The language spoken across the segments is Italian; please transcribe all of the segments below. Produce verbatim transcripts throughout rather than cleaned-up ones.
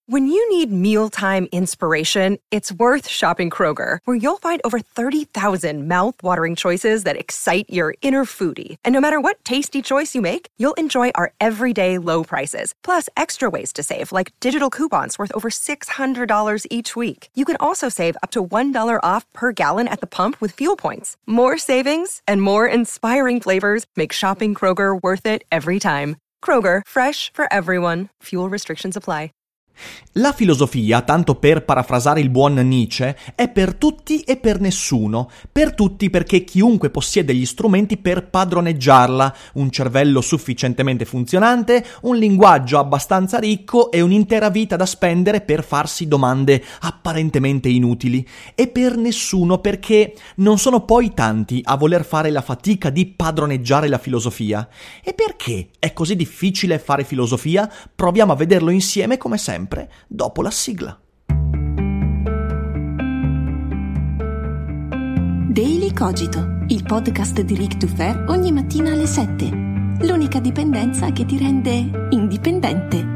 When you need mealtime inspiration, it's worth shopping Kroger, where you'll find over thirty thousand mouth-watering choices that excite your inner foodie. And no matter what tasty choice you make, you'll enjoy our everyday low prices, plus extra ways to save, like digital coupons worth over six hundred dollars each week. You can also save up to one dollar off per gallon at the pump with fuel points. More savings and more inspiring flavors make shopping Kroger worth it every time. Kroger, fresh for everyone. Fuel restrictions apply. La filosofia, tanto per parafrasare il buon Nietzsche, è per tutti e per nessuno. Per tutti perché chiunque possiede gli strumenti per padroneggiarla, un cervello sufficientemente funzionante, un linguaggio abbastanza ricco e un'intera vita da spendere per farsi domande apparentemente inutili. E per nessuno perché non sono poi tanti a voler fare la fatica di padroneggiare la filosofia. E perché è così difficile fare filosofia? Proviamo a vederlo insieme come sempre dopo la sigla. Daily Cogito, il podcast di Ric Dufer ogni mattina alle sette. L'unica dipendenza che ti rende indipendente.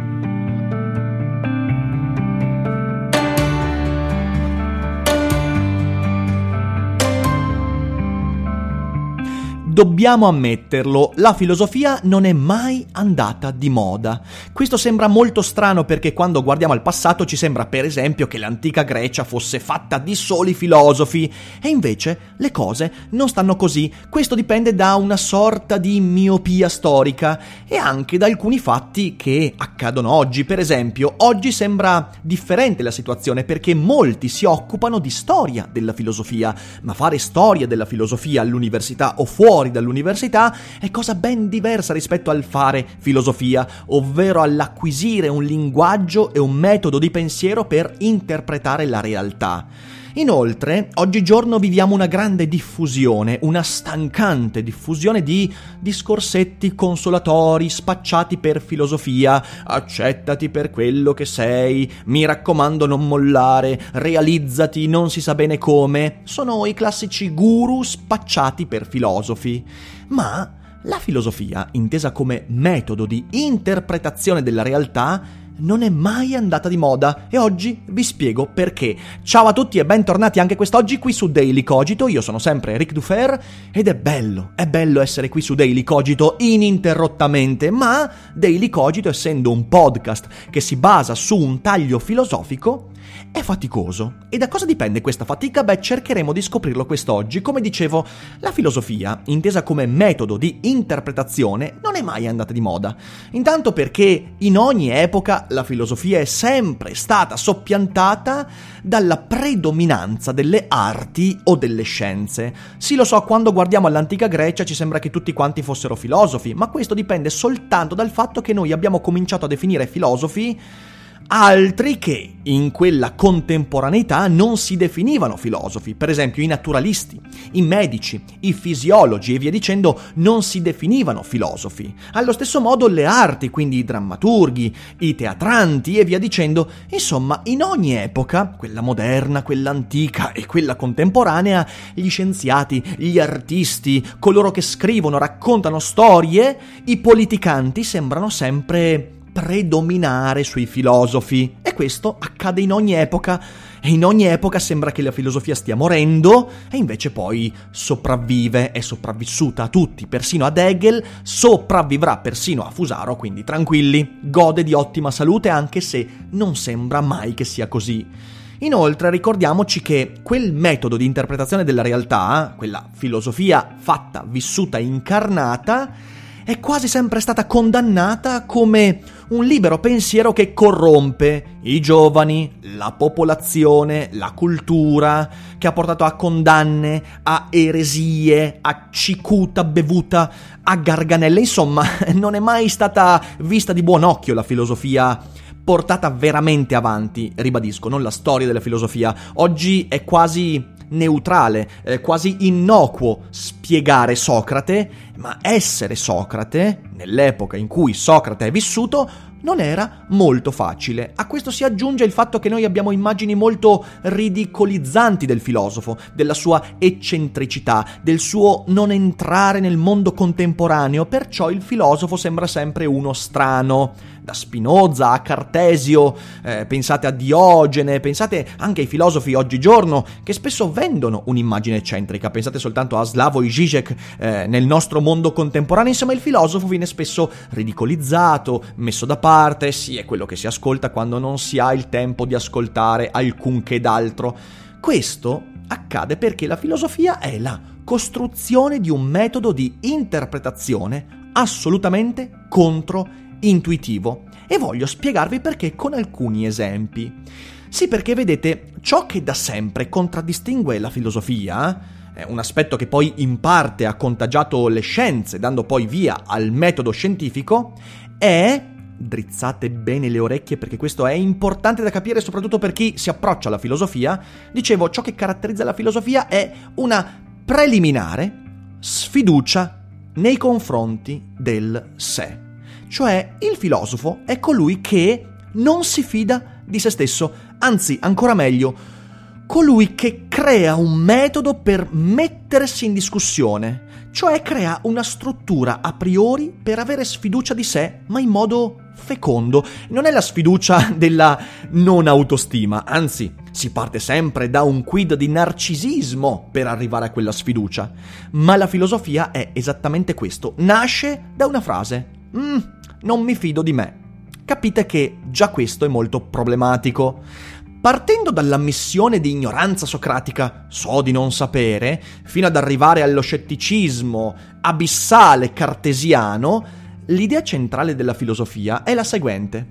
Dobbiamo ammetterlo, la filosofia non è mai andata di moda. Questo sembra molto strano perché quando guardiamo al passato ci sembra per esempio che l'antica Grecia fosse fatta di soli filosofi e invece le cose non stanno così. Questo dipende da una sorta di miopia storica e anche da alcuni fatti che accadono oggi. Per esempio, oggi sembra differente la situazione perché molti si occupano di storia della filosofia, ma fare storia della filosofia all'università o fuori dall'università è cosa ben diversa rispetto al fare filosofia, ovvero all'acquisire un linguaggio e un metodo di pensiero per interpretare la realtà. Inoltre, oggigiorno viviamo una grande diffusione, una stancante diffusione di discorsetti consolatori spacciati per filosofia. Accettati per quello che sei, mi raccomando non mollare, realizzati non si sa bene come. Sono i classici guru spacciati per filosofi. Ma la filosofia, intesa come metodo di interpretazione della realtà, non è mai andata di moda e oggi vi spiego perché. Ciao a tutti e bentornati anche quest'oggi qui su Daily Cogito. Io sono sempre Ric Dufer ed è bello, è bello essere qui su Daily Cogito ininterrottamente, ma Daily Cogito, essendo un podcast che si basa su un taglio filosofico, è faticoso. E da cosa dipende questa fatica? Beh, cercheremo di scoprirlo quest'oggi. Come dicevo, la filosofia, intesa come metodo di interpretazione, non è mai andata di moda. Intanto perché in ogni epoca la filosofia è sempre stata soppiantata dalla predominanza delle arti o delle scienze. Sì, lo so, quando guardiamo all'antica Grecia ci sembra che tutti quanti fossero filosofi, ma questo dipende soltanto dal fatto che noi abbiamo cominciato a definire filosofi altri che in quella contemporaneità non si definivano filosofi. Per esempio i naturalisti, i medici, i fisiologi e via dicendo non si definivano filosofi. Allo stesso modo le arti, quindi i drammaturghi, i teatranti e via dicendo. Insomma, in ogni epoca, quella moderna, quella antica e quella contemporanea, gli scienziati, gli artisti, coloro che scrivono, raccontano storie, i politicanti sembrano sempre predominare sui filosofi, e questo accade in ogni epoca, e in ogni epoca sembra che la filosofia stia morendo e invece poi sopravvive, è sopravvissuta a tutti, persino ad Hegel, sopravvivrà persino a Fusaro, quindi tranquilli, gode di ottima salute anche se non sembra mai che sia così. Inoltre ricordiamoci che quel metodo di interpretazione della realtà, quella filosofia fatta, vissuta, incarnata, è quasi sempre stata condannata come un libero pensiero che corrompe i giovani, la popolazione, la cultura, che ha portato a condanne, a eresie, a cicuta bevuta, a garganelle. Insomma, non è mai stata vista di buon occhio la filosofia portata veramente avanti, ribadisco, non la storia della filosofia. Oggi è quasi neutrale, eh, quasi innocuo spiegare Socrate, ma essere Socrate, nell'epoca in cui Socrate è vissuto, non era molto facile. A questo si aggiunge il fatto che noi abbiamo immagini molto ridicolizzanti del filosofo, della sua eccentricità, del suo non entrare nel mondo contemporaneo, perciò il filosofo sembra sempre uno strano. da Spinoza a Cartesio, eh, pensate a Diogene, pensate anche ai filosofi oggigiorno che spesso vendono un'immagine eccentrica, pensate soltanto a Slavoj Žižek eh, nel nostro mondo contemporaneo. Insomma, il filosofo viene spesso ridicolizzato, messo da parte, sì, è quello che si ascolta quando non si ha il tempo di ascoltare alcunché d'altro. Questo accade perché la filosofia è la costruzione di un metodo di interpretazione assolutamente controintuitivo. E voglio spiegarvi perché con alcuni esempi. Sì, perché vedete, ciò che da sempre contraddistingue la filosofia, è un aspetto che poi in parte ha contagiato le scienze, dando poi via al metodo scientifico, è... drizzate bene le orecchie perché questo è importante da capire soprattutto per chi si approccia alla filosofia. Dicevo, ciò che caratterizza la filosofia è una preliminare sfiducia nei confronti del sé. Cioè, il filosofo è colui che non si fida di se stesso, anzi, ancora meglio, colui che crea un metodo per mettersi in discussione, cioè crea una struttura a priori per avere sfiducia di sé, ma in modo fecondo. Non è la sfiducia della non autostima, anzi, si parte sempre da un quid di narcisismo per arrivare a quella sfiducia. Ma la filosofia è esattamente questo, nasce da una frase: mm, non mi fido di me. Capite che già questo è molto problematico. Partendo dall'ammissione di ignoranza socratica, so di non sapere, fino ad arrivare allo scetticismo abissale cartesiano, l'idea centrale della filosofia è la seguente: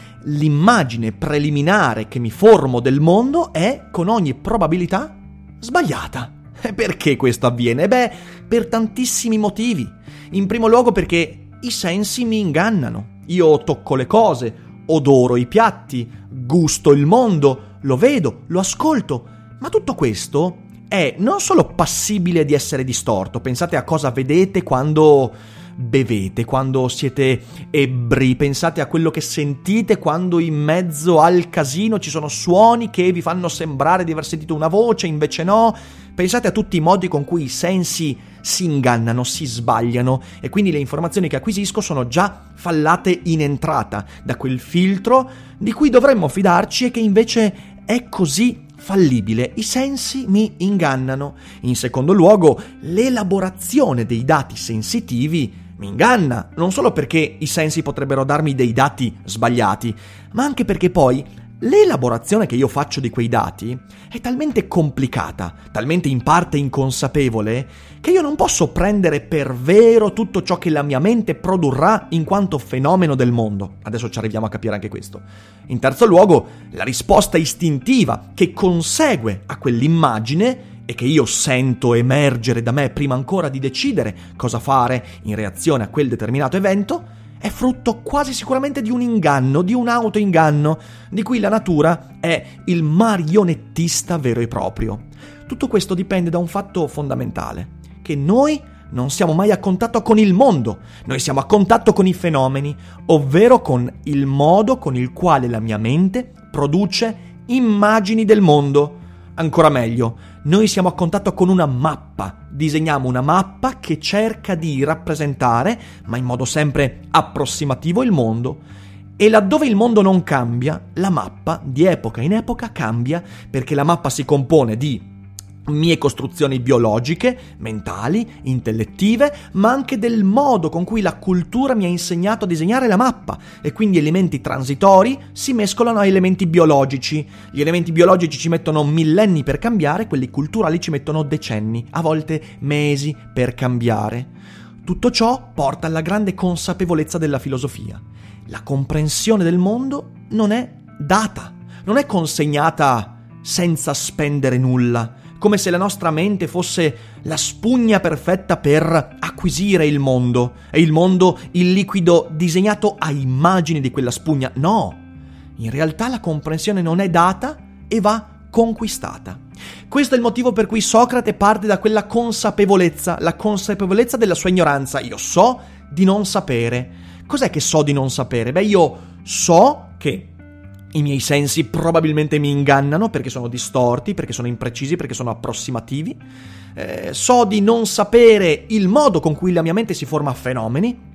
l'immagine preliminare che mi formo del mondo è, con ogni probabilità, sbagliata. E perché questo avviene? Beh, per tantissimi motivi. In primo luogo perché i sensi mi ingannano. Io tocco le cose, odoro i piatti, gusto il mondo, lo vedo, lo ascolto, ma tutto questo è non solo passibile di essere distorto. Pensate a cosa vedete quando bevete, quando siete ebbri, pensate a quello che sentite quando in mezzo al casino ci sono suoni che vi fanno sembrare di aver sentito una voce, invece no. Pensate a tutti i modi con cui i sensi si ingannano, si sbagliano, e quindi le informazioni che acquisisco sono già fallate in entrata da quel filtro di cui dovremmo fidarci e che invece è così fallibile. I sensi mi ingannano. In secondo luogo, l'elaborazione dei dati sensitivi mi inganna, non solo perché i sensi potrebbero darmi dei dati sbagliati, ma anche perché poi l'elaborazione che io faccio di quei dati è talmente complicata, talmente in parte inconsapevole, che io non posso prendere per vero tutto ciò che la mia mente produrrà in quanto fenomeno del mondo. Adesso ci arriviamo a capire anche questo. In terzo luogo, la risposta istintiva che consegue a quell'immagine e che io sento emergere da me prima ancora di decidere cosa fare in reazione a quel determinato evento, è frutto quasi sicuramente di un inganno, di un autoinganno, di cui la natura è il marionettista vero e proprio. Tutto questo dipende da un fatto fondamentale, che noi non siamo mai a contatto con il mondo, noi siamo a contatto con i fenomeni, ovvero con il modo con il quale la mia mente produce immagini del mondo. Ancora meglio, noi siamo a contatto con una mappa, disegniamo una mappa che cerca di rappresentare, ma in modo sempre approssimativo, il mondo, e laddove il mondo non cambia, la mappa di epoca in epoca cambia, perché la mappa si compone di mie costruzioni biologiche, mentali, intellettive, ma anche del modo con cui la cultura mi ha insegnato a disegnare la mappa, e quindi elementi transitori si mescolano a elementi biologici. Gli elementi biologici ci mettono millenni per cambiare, quelli culturali ci mettono decenni, a volte mesi per cambiare. Tutto ciò porta alla grande consapevolezza della filosofia. La comprensione del mondo non è data, non è consegnata senza spendere nulla, come se la nostra mente fosse la spugna perfetta per acquisire il mondo, e il mondo il liquido disegnato a immagini di quella spugna. No, in realtà la comprensione non è data e va conquistata. Questo è il motivo per cui Socrate parte da quella consapevolezza, la consapevolezza della sua ignoranza. Io so di non sapere. Cos'è che so di non sapere? Beh, io so che i miei sensi probabilmente mi ingannano perché sono distorti, perché sono imprecisi, perché sono approssimativi. Eh, so di non sapere il modo con cui la mia mente si forma a fenomeni.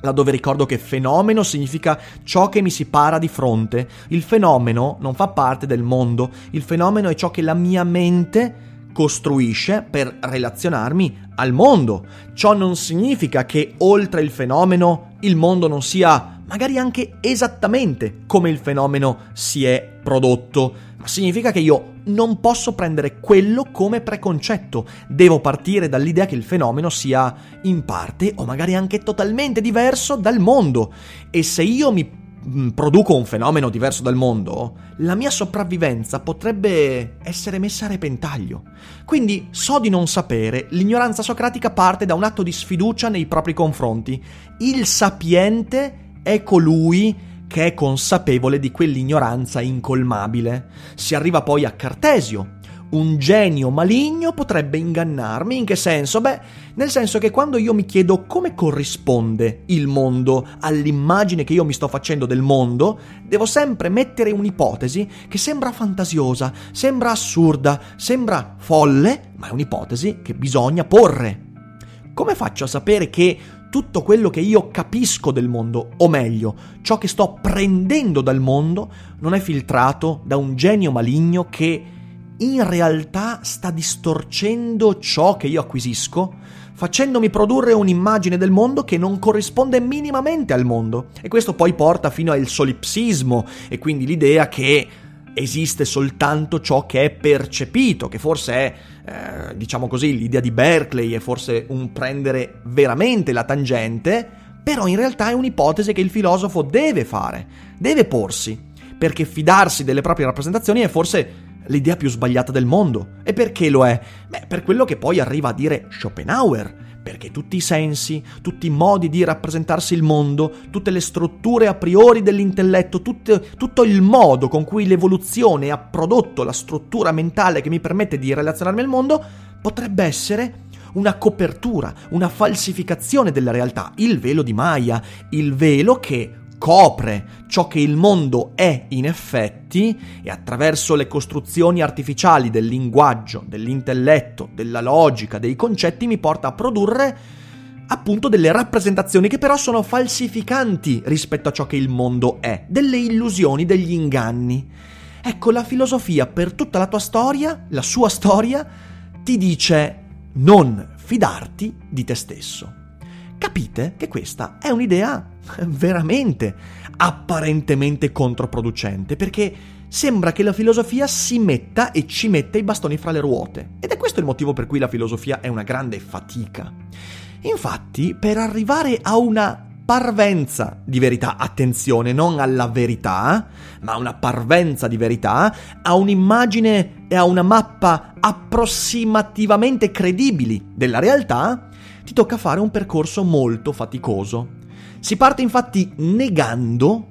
laddove ricordo che fenomeno significa ciò che mi si para di fronte. Il fenomeno non fa parte del mondo, il fenomeno è ciò che la mia mente costruisce per relazionarmi al mondo. Ciò non significa che oltre il fenomeno il mondo non sia magari anche esattamente come il fenomeno si è prodotto, ma significa che io non posso prendere quello come preconcetto. Devo partire dall'idea che il fenomeno sia in parte o magari anche totalmente diverso dal mondo. E se io mi produco un fenomeno diverso dal mondo, la mia sopravvivenza potrebbe essere messa a repentaglio. Quindi so di non sapere, l'ignoranza socratica parte da un atto di sfiducia nei propri confronti. Il sapiente è colui che è consapevole di quell'ignoranza incolmabile. Si arriva poi a Cartesio. Un genio maligno potrebbe ingannarmi. In che senso? Beh, nel senso che quando io mi chiedo come corrisponde il mondo all'immagine che io mi sto facendo del mondo, devo sempre mettere un'ipotesi che sembra fantasiosa, sembra assurda, sembra folle, ma è un'ipotesi che bisogna porre. Come faccio a sapere che tutto quello che io capisco del mondo, o meglio, ciò che sto prendendo dal mondo, non è filtrato da un genio maligno che in realtà sta distorcendo ciò che io acquisisco, facendomi produrre un'immagine del mondo che non corrisponde minimamente al mondo? E questo poi porta fino al solipsismo, e quindi l'idea che esiste soltanto ciò che è percepito, che forse è, eh, diciamo così, l'idea di Berkeley, è forse un prendere veramente la tangente, però in realtà è un'ipotesi che il filosofo deve fare, deve porsi, perché fidarsi delle proprie rappresentazioni è forse l'idea più sbagliata del mondo. E perché lo è? Beh, per quello che poi arriva a dire Schopenhauer, perché tutti i sensi, tutti i modi di rappresentarsi il mondo, tutte le strutture a priori dell'intelletto, tutte, tutto il modo con cui l'evoluzione ha prodotto la struttura mentale che mi permette di relazionarmi al mondo, potrebbe essere una copertura, una falsificazione della realtà, il velo di Maya, il velo che copre ciò che il mondo è in effetti, e attraverso le costruzioni artificiali del linguaggio, dell'intelletto, della logica, dei concetti mi porta a produrre appunto delle rappresentazioni che però sono falsificanti rispetto a ciò che il mondo è, delle illusioni, degli inganni. Ecco, la filosofia per tutta la tua storia, la sua storia, ti dice non fidarti di te stesso. Capite che questa è un'idea veramente apparentemente controproducente, perché sembra che la filosofia si metta e ci metta i bastoni fra le ruote. Ed è questo il motivo per cui la filosofia è una grande fatica. Infatti, per arrivare a una parvenza di verità, attenzione, non alla verità, ma a una parvenza di verità, a un'immagine e a una mappa approssimativamente credibili della realtà, ti tocca fare un percorso molto faticoso. Si parte infatti negando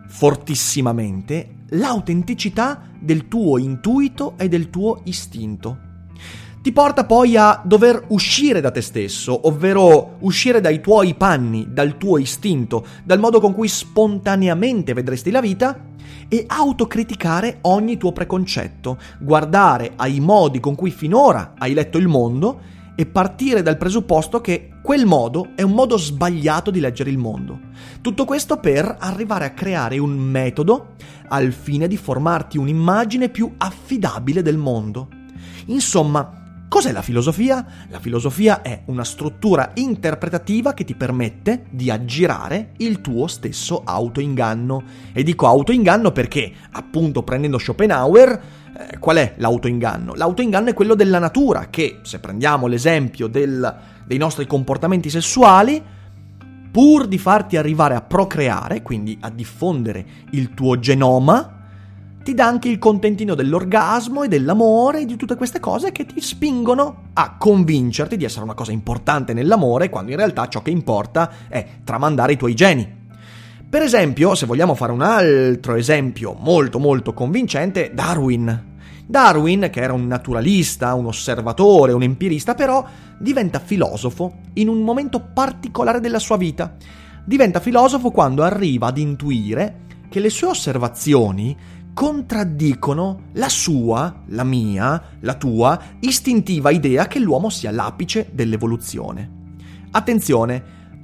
fortissimamente l'autenticità del tuo intuito e del tuo istinto. Ti porta poi a dover uscire da te stesso, ovvero uscire dai tuoi panni, dal tuo istinto, dal modo con cui spontaneamente vedresti la vita, e autocriticare ogni tuo preconcetto, guardare ai modi con cui finora hai letto il mondo e partire dal presupposto che quel modo è un modo sbagliato di leggere il mondo. Tutto questo per arrivare a creare un metodo al fine di formarti un'immagine più affidabile del mondo. Insomma, cos'è la filosofia? La filosofia è una struttura interpretativa che ti permette di aggirare il tuo stesso autoinganno. E dico autoinganno perché, appunto, prendendo Schopenhauer, eh, qual è l'autoinganno? L'autoinganno è quello della natura, che, se prendiamo l'esempio del, dei nostri comportamenti sessuali, pur di farti arrivare a procreare, quindi a diffondere il tuo genoma, ti dà anche il contentino dell'orgasmo e dell'amore e di tutte queste cose che ti spingono a convincerti di essere una cosa importante nell'amore, quando in realtà ciò che importa è tramandare i tuoi geni. Per esempio, se vogliamo fare un altro esempio molto molto convincente, Darwin. Darwin, che era un naturalista, un osservatore, un empirista, però diventa filosofo in un momento particolare della sua vita. Diventa filosofo quando arriva ad intuire che le sue osservazioni contraddicono la sua, la mia, la tua istintiva idea che l'uomo sia l'apice dell'evoluzione. Attenzione,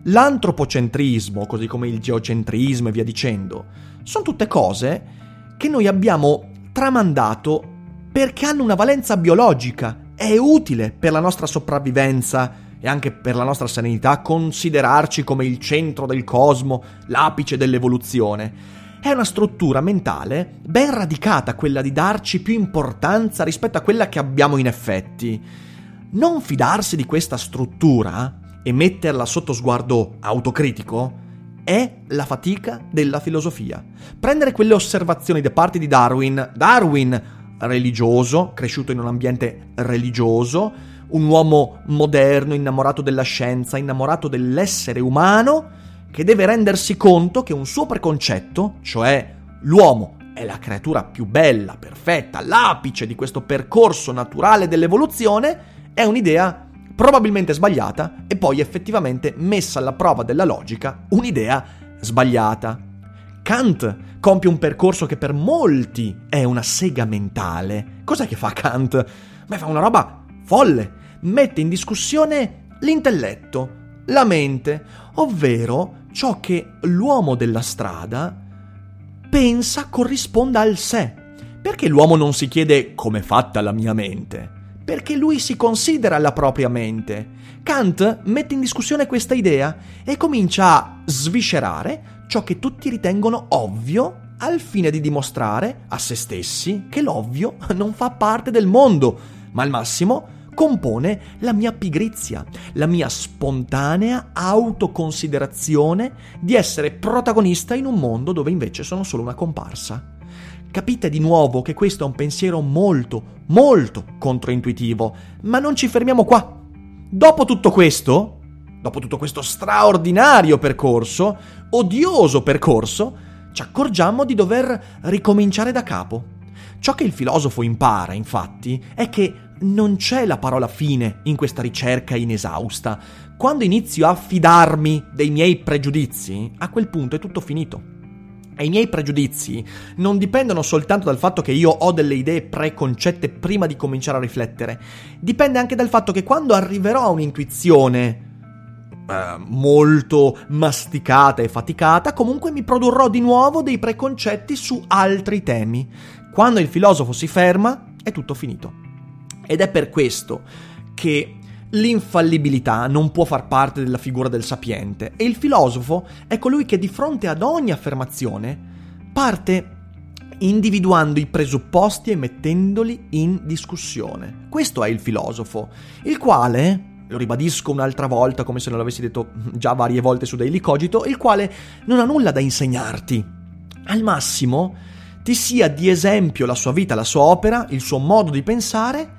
l'antropocentrismo, così come il geocentrismo e via dicendo, sono tutte cose che noi abbiamo tramandato perché hanno una valenza biologica. È utile per la nostra sopravvivenza e anche per la nostra serenità considerarci come il centro del cosmo, l'apice dell'evoluzione. È una struttura mentale ben radicata, quella di darci più importanza rispetto a quella che abbiamo in effetti. Non fidarsi di questa struttura e metterla sotto sguardo autocritico è la fatica della filosofia. Prendere quelle osservazioni da parte di Darwin, Darwin religioso, cresciuto in un ambiente religioso, un uomo moderno, innamorato della scienza, innamorato dell'essere umano, che deve rendersi conto che un suo preconcetto, cioè l'uomo è la creatura più bella, perfetta, l'apice di questo percorso naturale dell'evoluzione, è un'idea probabilmente sbagliata e poi effettivamente messa alla prova della logica, un'idea sbagliata. Kant compie un percorso che per molti è una sega mentale. Cos'è che fa Kant? Beh, fa una roba folle. Mette in discussione l'intelletto, la mente, ovvero ciò che l'uomo della strada pensa corrisponda al sé. Perché l'uomo non si chiede com'è fatta la mia mente? Perché lui si considera la propria mente. Kant mette in discussione questa idea e comincia a sviscerare ciò che tutti ritengono ovvio al fine di dimostrare a se stessi che l'ovvio non fa parte del mondo, ma al massimo compone la mia pigrizia, la mia spontanea autoconsiderazione di essere protagonista in un mondo dove invece sono solo una comparsa. Capite di nuovo che questo è un pensiero molto, molto controintuitivo, ma non ci fermiamo qua. Dopo tutto questo, dopo tutto questo straordinario percorso, odioso percorso, ci accorgiamo di dover ricominciare da capo. Ciò che il filosofo impara, infatti, è che non c'è la parola fine in questa ricerca inesausta. Quando inizio a fidarmi dei miei pregiudizi, a quel punto è tutto finito. E i miei pregiudizi non dipendono soltanto dal fatto che io ho delle idee preconcette prima di cominciare a riflettere. Dipende anche dal fatto che quando arriverò a un'intuizione eh, molto masticata e faticata, comunque mi produrrò di nuovo dei preconcetti su altri temi. Quando il filosofo si ferma, è tutto finito. Ed è per questo che l'infallibilità non può far parte della figura del sapiente e il filosofo è colui che di fronte ad ogni affermazione parte individuando i presupposti e mettendoli in discussione. Questo è il filosofo, il quale, lo ribadisco un'altra volta come se non l'avessi detto già varie volte su Daily Cogito, il quale non ha nulla da insegnarti. Al massimo ti sia di esempio la sua vita, la sua opera, il suo modo di pensare,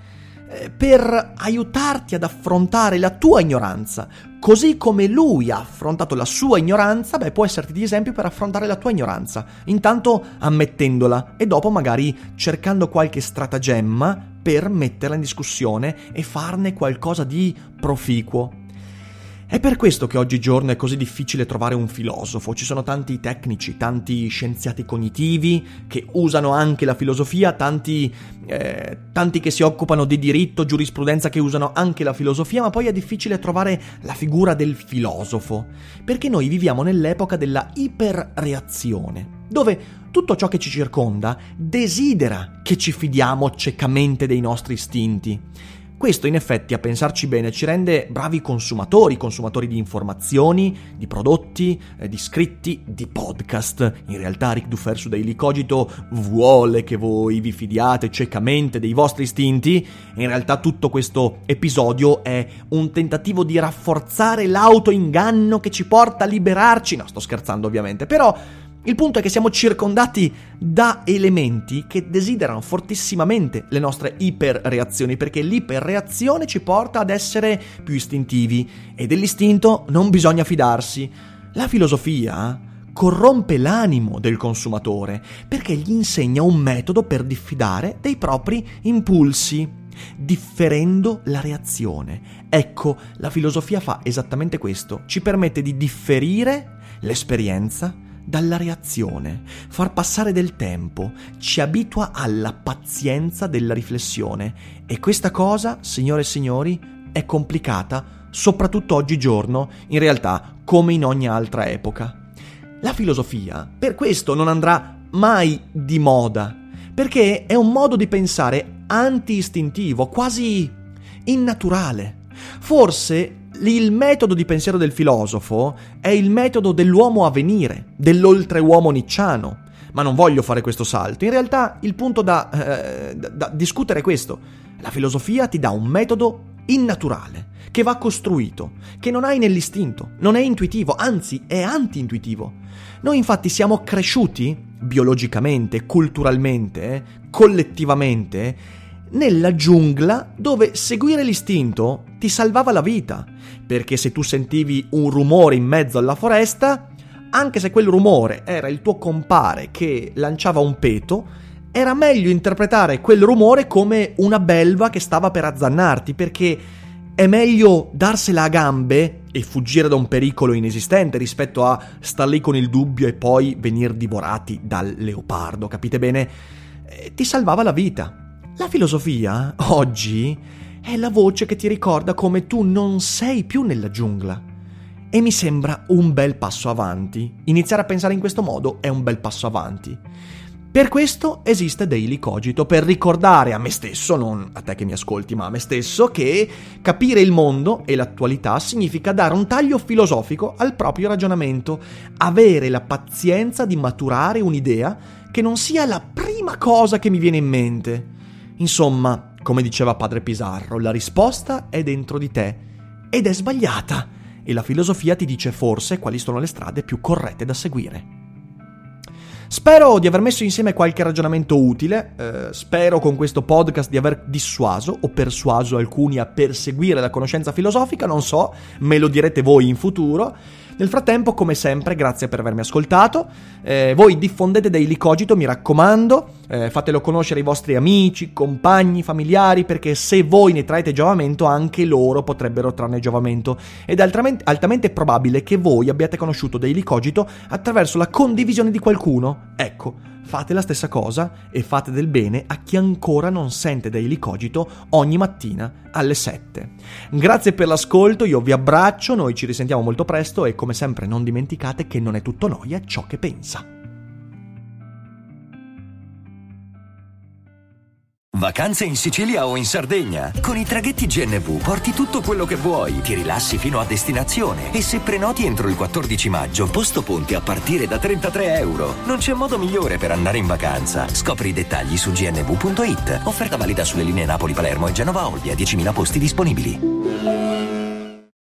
per aiutarti ad affrontare la tua ignoranza, così come lui ha affrontato la sua ignoranza, beh, può esserti di esempio per affrontare la tua ignoranza, intanto ammettendola e dopo magari cercando qualche stratagemma per metterla in discussione e farne qualcosa di proficuo. È per questo che oggigiorno è così difficile trovare un filosofo. Ci sono tanti tecnici, tanti scienziati cognitivi che usano anche la filosofia, tanti, eh, tanti che si occupano di diritto, giurisprudenza che usano anche la filosofia, ma poi è difficile trovare la figura del filosofo, perché noi viviamo nell'epoca della iperreazione, dove tutto ciò che ci circonda desidera che ci fidiamo ciecamente dei nostri istinti. Questo in effetti, a pensarci bene, ci rende bravi consumatori, consumatori di informazioni, di prodotti, eh, di scritti, di podcast. In realtà Ric Dufer su Daily Cogito vuole che voi vi fidiate ciecamente dei vostri istinti. In realtà tutto questo episodio è un tentativo di rafforzare l'autoinganno che ci porta a liberarci. No, sto scherzando ovviamente, però il punto è che siamo circondati da elementi che desiderano fortissimamente le nostre iperreazioni, perché l'iperreazione ci porta ad essere più istintivi e dell'istinto non bisogna fidarsi. La filosofia corrompe l'animo del consumatore perché gli insegna un metodo per diffidare dei propri impulsi, differendo la reazione. Ecco, la filosofia fa esattamente questo, ci permette di differire l'esperienza dalla reazione, far passare del tempo, ci abitua alla pazienza della riflessione e questa cosa, signore e signori, è complicata soprattutto oggigiorno, in realtà come in ogni altra epoca. La filosofia, per questo, non andrà mai di moda, perché è un modo di pensare anti-istintivo, quasi innaturale. Forse il metodo di pensiero del filosofo è il metodo dell'uomo a venire, dell'oltreuomo nicciano. Ma non voglio fare questo salto. In realtà il punto da, eh, da, da discutere è questo. La filosofia ti dà un metodo innaturale, che va costruito, che non hai nell'istinto, non è intuitivo, anzi è anti-intuitivo. Noi infatti siamo cresciuti biologicamente, culturalmente, eh, collettivamente, nella giungla dove seguire l'istinto ti salvava la vita, perché se tu sentivi un rumore in mezzo alla foresta, anche se quel rumore era il tuo compare che lanciava un peto, era meglio interpretare quel rumore come una belva che stava per azzannarti, perché è meglio darsela a gambe e fuggire da un pericolo inesistente rispetto a star lì con il dubbio e poi venir divorati dal leopardo, capite bene? Eh, ti salvava la vita. La filosofia, oggi, è la voce che ti ricorda come tu non sei più nella giungla. E mi sembra un bel passo avanti. Iniziare a pensare in questo modo è un bel passo avanti. Per questo esiste Daily Cogito, per ricordare a me stesso, non a te che mi ascolti, ma a me stesso, che capire il mondo e l'attualità significa dare un taglio filosofico al proprio ragionamento, avere la pazienza di maturare un'idea che non sia la prima cosa che mi viene in mente. Insomma, come diceva padre Pizarro, la risposta è dentro di te ed è sbagliata. E la filosofia ti dice forse quali sono le strade più corrette da seguire. Spero di aver messo insieme qualche ragionamento utile, eh, spero con questo podcast di aver dissuaso o persuaso alcuni a perseguire la conoscenza filosofica, non so, me lo direte voi in futuro. Nel frattempo, come sempre, grazie per avermi ascoltato. Eh, voi diffondete Daily Cogito, mi raccomando, eh, fatelo conoscere ai vostri amici, compagni, familiari, perché se voi ne traete giovamento, anche loro potrebbero trarne giovamento. Ed è altamente, altamente probabile che voi abbiate conosciuto Daily Cogito attraverso la condivisione di qualcuno. Ecco, fate la stessa cosa e fate del bene a chi ancora non sente Daily Cogito ogni mattina alle sette. Grazie per l'ascolto, io vi abbraccio, noi ci risentiamo molto presto e come sempre non dimenticate che non è tutto noia ciò che pensa. Vacanze in Sicilia o in Sardegna? Con i traghetti G N V porti tutto quello che vuoi, ti rilassi fino a destinazione e se prenoti entro il quattordici maggio, posto ponti a partire da trentatré euro. Non c'è modo migliore per andare in vacanza. Scopri i dettagli su g n v punto i t. Offerta valida sulle linee Napoli-Palermo e Genova-Olbia, diecimila posti disponibili.